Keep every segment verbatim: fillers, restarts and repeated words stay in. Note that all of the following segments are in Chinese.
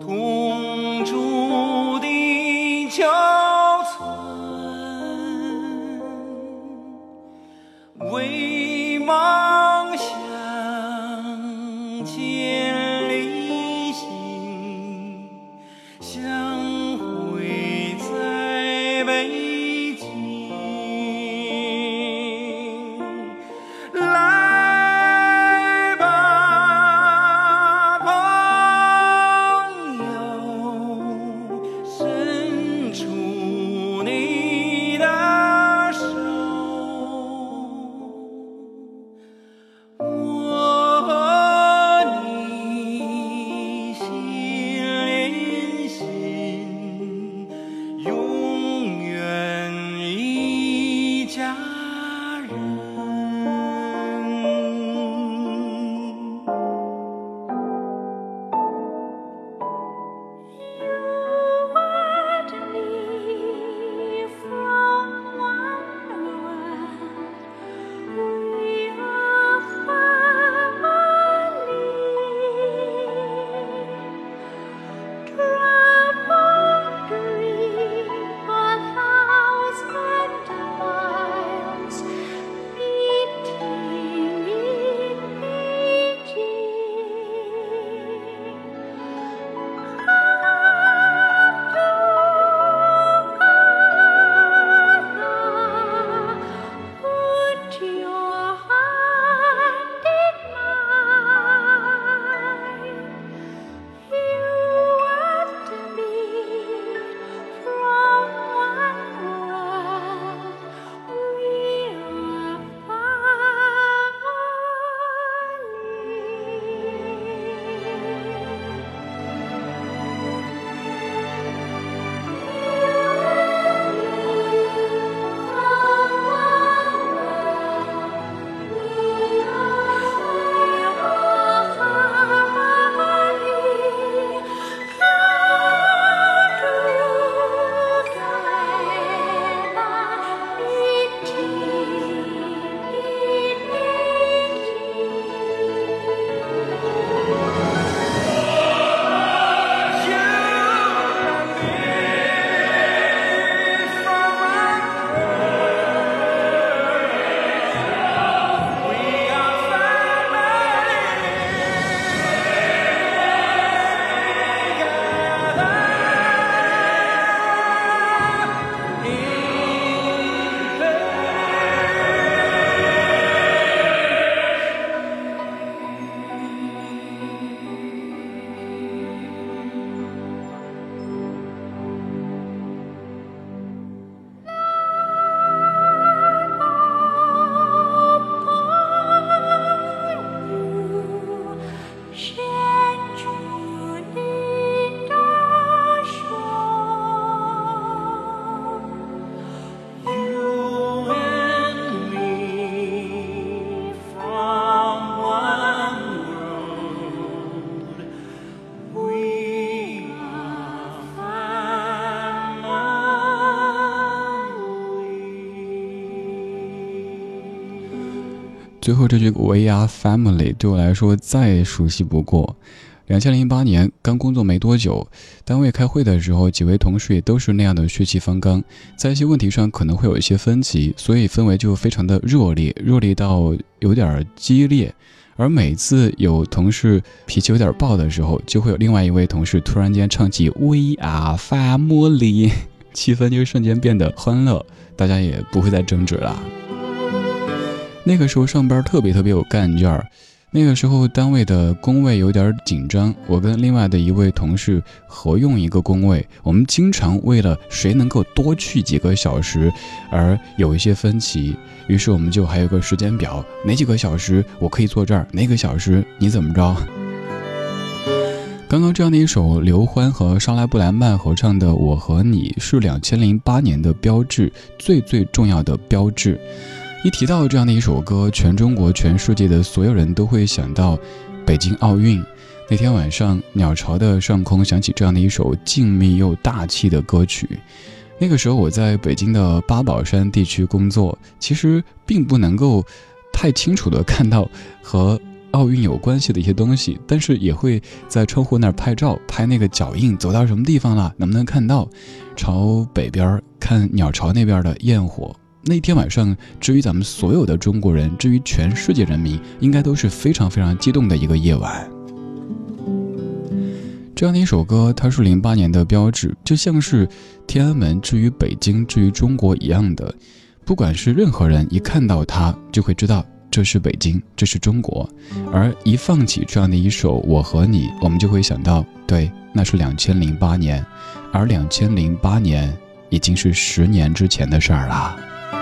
同住的桥村，为梦想千里行，相会在北京。来吧，朋友，伸出你的手，我和你心连心，永远一家人。 最后这句 We are family 对我来说再熟悉不过。二零零八年刚工作没多久，单位开会的时候，几位同事也都是那样的血气方刚，在一些问题上可能会有一些分歧，所以氛围就非常的热烈，热烈到有点激烈。而每次有同事脾气有点爆的时候，就会有另外一位同事突然间唱起 We are family， 气氛就瞬间变得欢乐，大家也不会再争执了。那个时候上班特别特别有干劲儿，那个时候单位的工位有点紧张，我跟另外的一位同事合用一个工位，我们经常为了谁能够多去几个小时而有一些分歧，于是我们就还有个时间表，哪几个小时我可以坐这儿，哪个小时你怎么着。刚刚这样的一首刘欢和莎拉布莱曼合唱的《我和你》是二零零八年的标志，最最重要的标志。一提到这样的一首歌，全中国全世界的所有人都会想到北京奥运。那天晚上鸟巢的上空响起这样的一首静谧又大气的歌曲。那个时候我在北京的八宝山地区工作，其实并不能够太清楚地看到和奥运有关系的一些东西，但是也会在窗户那儿拍照，拍那个脚印走到什么地方了，能不能看到，朝北边看鸟巢那边的焰火。那天晚上，至于咱们所有的中国人，至于全世界人民，应该都是非常非常激动的一个夜晚。这样的一首歌，它是零八年的标志，就像是天安门至于北京至于中国一样的，不管是任何人一看到它，就会知道这是北京，这是中国。而一放起这样的一首《我和你》，我们就会想到，对，那是两千零八年，而两千零八年已经是十年之前的事儿了。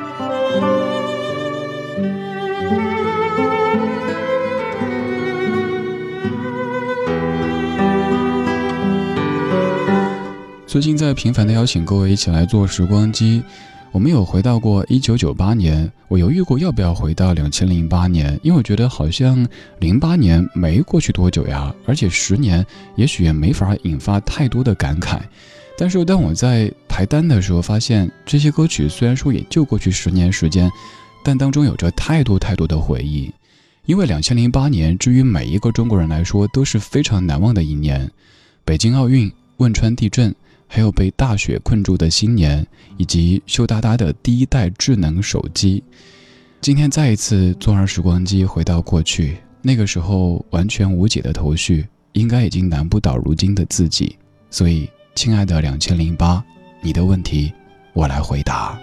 最近在频繁地邀请各位一起来做时光机，我们有回到过一九九八年，我犹豫过要不要回到两千零八年，因为我觉得好像零八年没过去多久呀，而且十年也许也没法引发太多的感慨。但是当我在排单的时候发现，这些歌曲虽然说也就过去十年时间，但当中有着太多太多的回忆。因为两千零八年至于每一个中国人来说都是非常难忘的一年，北京奥运、汶川地震，还有被大雪困住的新年，以及羞答答的第一代智能手机。今天再一次坐上时光机回到过去，那个时候完全无解的头绪，应该已经难不倒如今的自己。所以亲爱的两千零八，你的问题我来回答。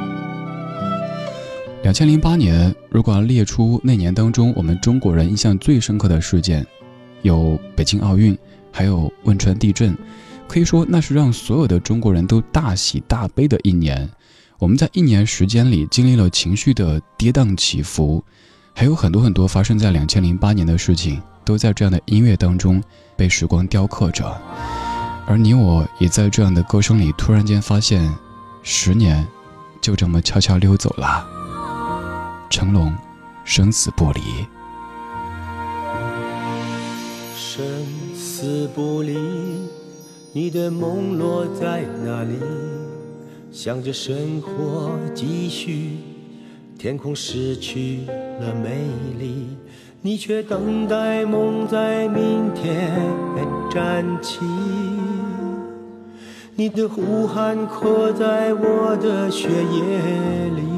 两千零八年，如果要列出那年当中我们中国人印象最深刻的事件，有北京奥运，还有汶川地震，可以说那是让所有的中国人都大喜大悲的一年。我们在一年时间里经历了情绪的跌宕起伏，还有很多很多发生在两千零八年的事情，都在这样的音乐当中被时光雕刻着。而你我也在这样的歌声里突然间发现，十年就这么悄悄溜走了。成龙，生死不离。 生死不离，你的梦落在哪里？想着生活继续，天空失去了美丽，你却等待梦在明天站起。你的呼喊刻在我的血液里，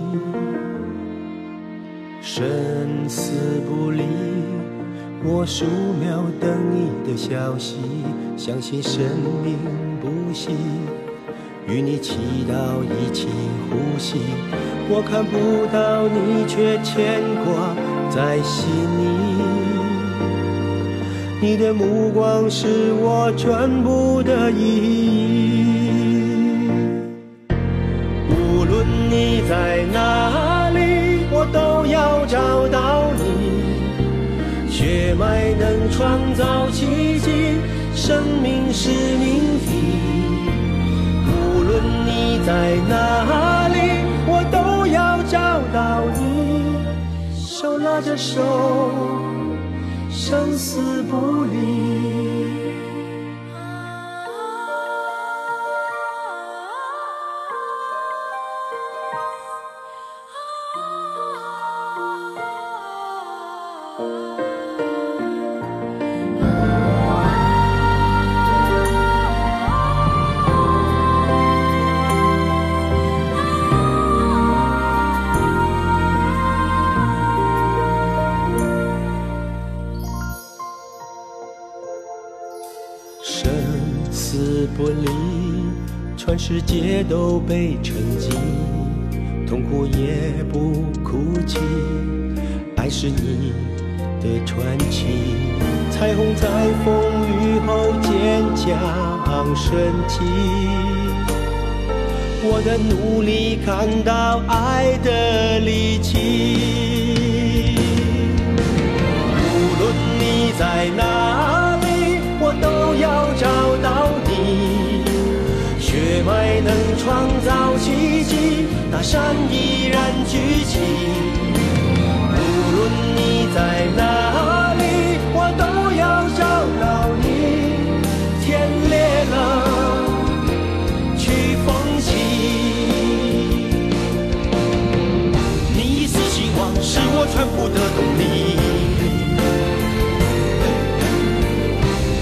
生死不离，我数秒等你的消息，相信生命不息，与你祈祷一起呼吸。我看不到你，却牵挂在心里，你的目光是我全部的意义。无论你在哪里，我都要找到你。血脉能创造奇迹，生命是命题。无论你在哪里，我都要找到你。手拉着手，生死不离。生死不离，全世界都被沉寂，痛苦也不哭泣，爱是你的传奇。彩虹在风雨后渐将升起，我的努力看到爱的力气。无论你在哪里，我都要找到你。血脉能创造奇迹，大山依然举起。无论你在哪里，我都要找到你。天裂了，去风起。你一丝希望是我全部的动力。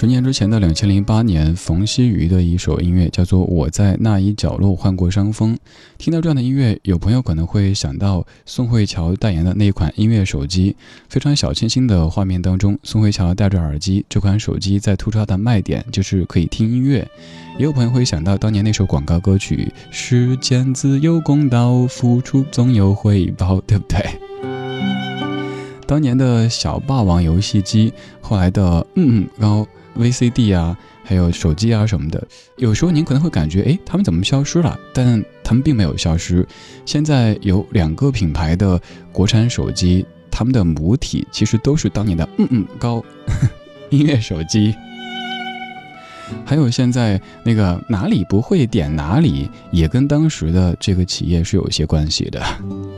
十年之前的两千零八年，冯曦妤的一首音乐叫做《我在那一角落患过伤风》。听到这样的音乐，有朋友可能会想到宋慧乔代言的那一款音乐手机，非常小清新的画面当中，宋慧乔戴着耳机，这款手机在突出它的卖点就是可以听音乐。也有朋友会想到当年那首广告歌曲《世间自有公道，付出总有回报》，对不对？当年的小霸王游戏机，后来的嗯嗯高 V C D 啊，还有手机啊什么的，有时候您可能会感觉，诶，他们怎么消失了？但他们并没有消失。现在有两个品牌的国产手机，他们的母体其实都是当年的嗯嗯高音乐手机。还有现在那个哪里不会点哪里，也跟当时的这个企业是有一些关系的。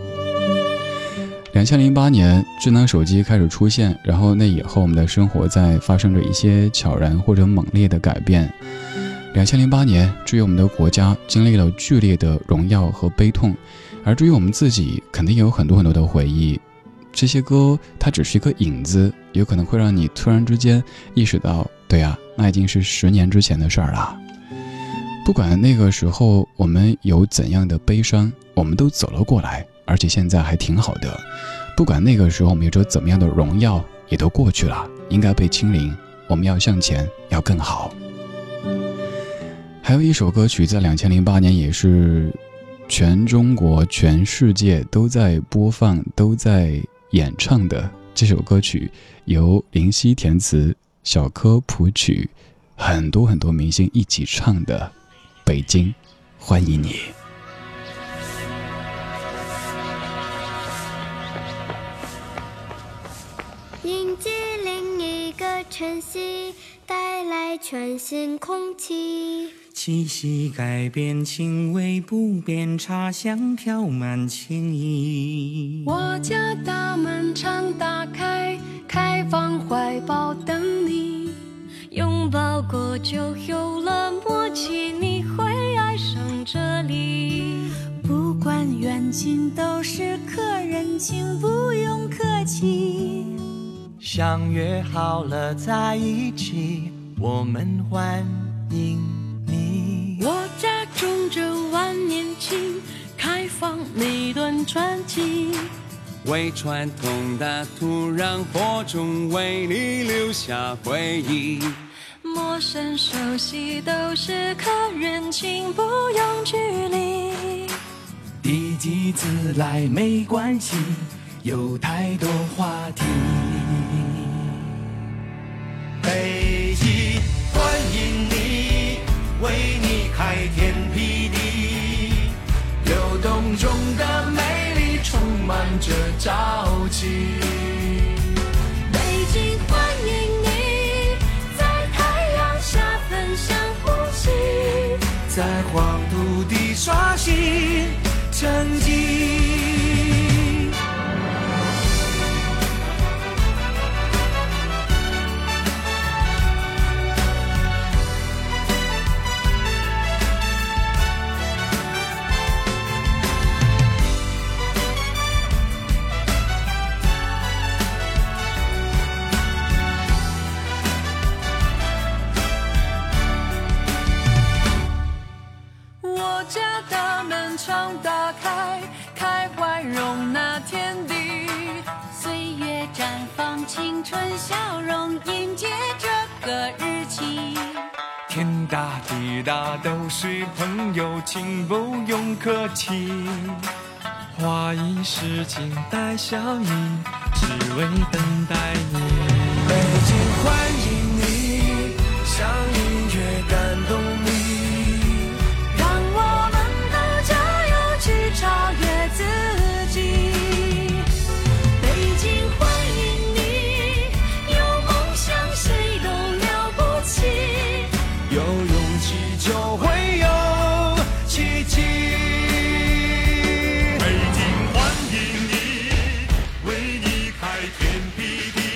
两千零八年，智能手机开始出现，然后那以后我们的生活在发生着一些悄然或者猛烈的改变。两千零八年，至于我们的国家经历了剧烈的荣耀和悲痛，而至于我们自己，肯定有很多很多的回忆。这些歌它只是一个影子，有可能会让你突然之间意识到，对啊，那已经是十年之前的事儿了。不管那个时候我们有怎样的悲伤，我们都走了过来，而且现在还挺好的。不管那个时候我们有着怎么样的荣耀，也都过去了，应该被清零。我们要向前，要更好。还有一首歌曲在两千零八年也是全中国全世界都在播放都在演唱的，这首歌曲由林夕填词，小柯谱曲，很多很多明星一起唱的《北京欢迎你》。 迎接另一个晨曦，带来全新空气。 气息改变，情味不变，茶香飘满情意。 我家大门常打开，开放怀抱等你。 拥抱过就有了默契，你会爱上这里。 不管远近都是客人，请不用客气。 相约好了在一起，我们欢迎你。 我家种着万年青，开放每段传奇。 为传统的土壤播种，为你留下回忆。 陌生熟悉都是客人，请不用距离。 第几次来没关系，有太多话题。北京欢迎你，为你开天辟地，流动中的美丽充满着朝气。 北京欢迎你，在太阳下分享呼吸， 在黄土地刷新成绩。 常打开，开怀容纳天地。 岁月绽放青春笑容，迎接这个日期。 天大地大都是朋友，请不用客气。花一世静待效应，只为等待你。北京欢迎你，像音乐感动你。 超越自己，北京欢迎你，有梦想谁都了不起， 有勇气就会有奇迹。北京欢迎你，为你开天辟地。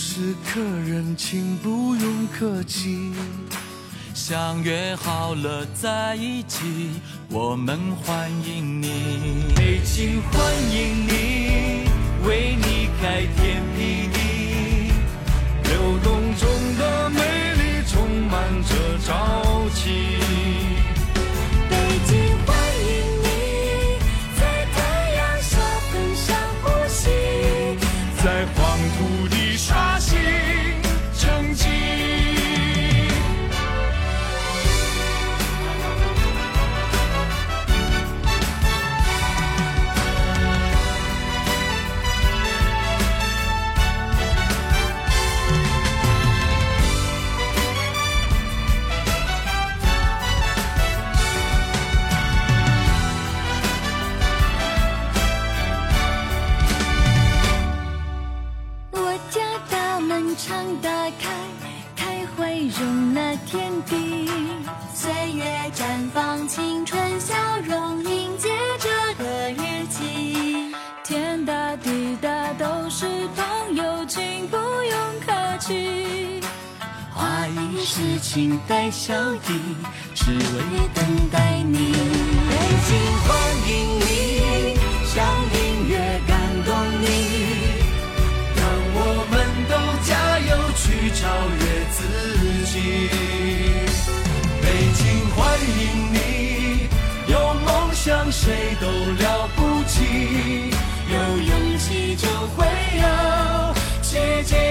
是客人，请不用客气。相约好了在一起，我们欢迎你。北京欢迎你，为你开天辟地。流动中的美丽充满着朝气。 北京欢迎你，在太阳下分享呼吸， 在黄土地刷新成绩。 常打开，开会容纳天地， 岁月绽放青春笑容，迎接这个日期。 天大地大都是朋友，请不用客气。 花一世情带笑意，只为等待你。北京欢迎你，像音乐感动你。我们都加油去超越自己。北京欢迎你，有梦想谁都了不起，有勇气就会有奇迹。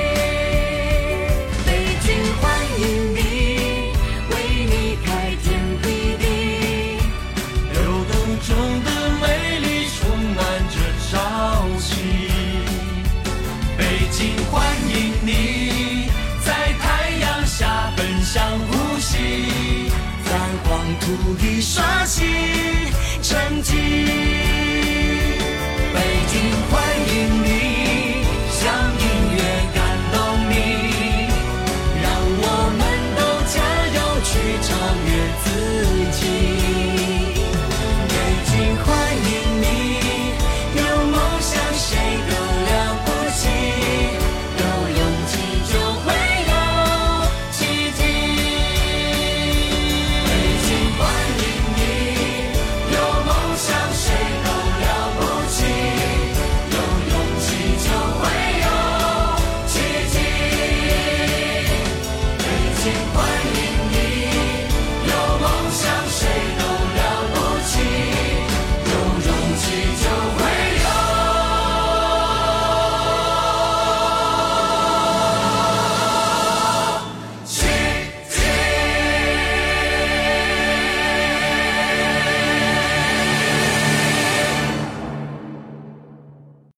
北京欢迎你，为你开天辟地。流动中的美丽充满着朝气。北京欢迎你，在太阳下奔向呼吸，在黄土地刷新成绩。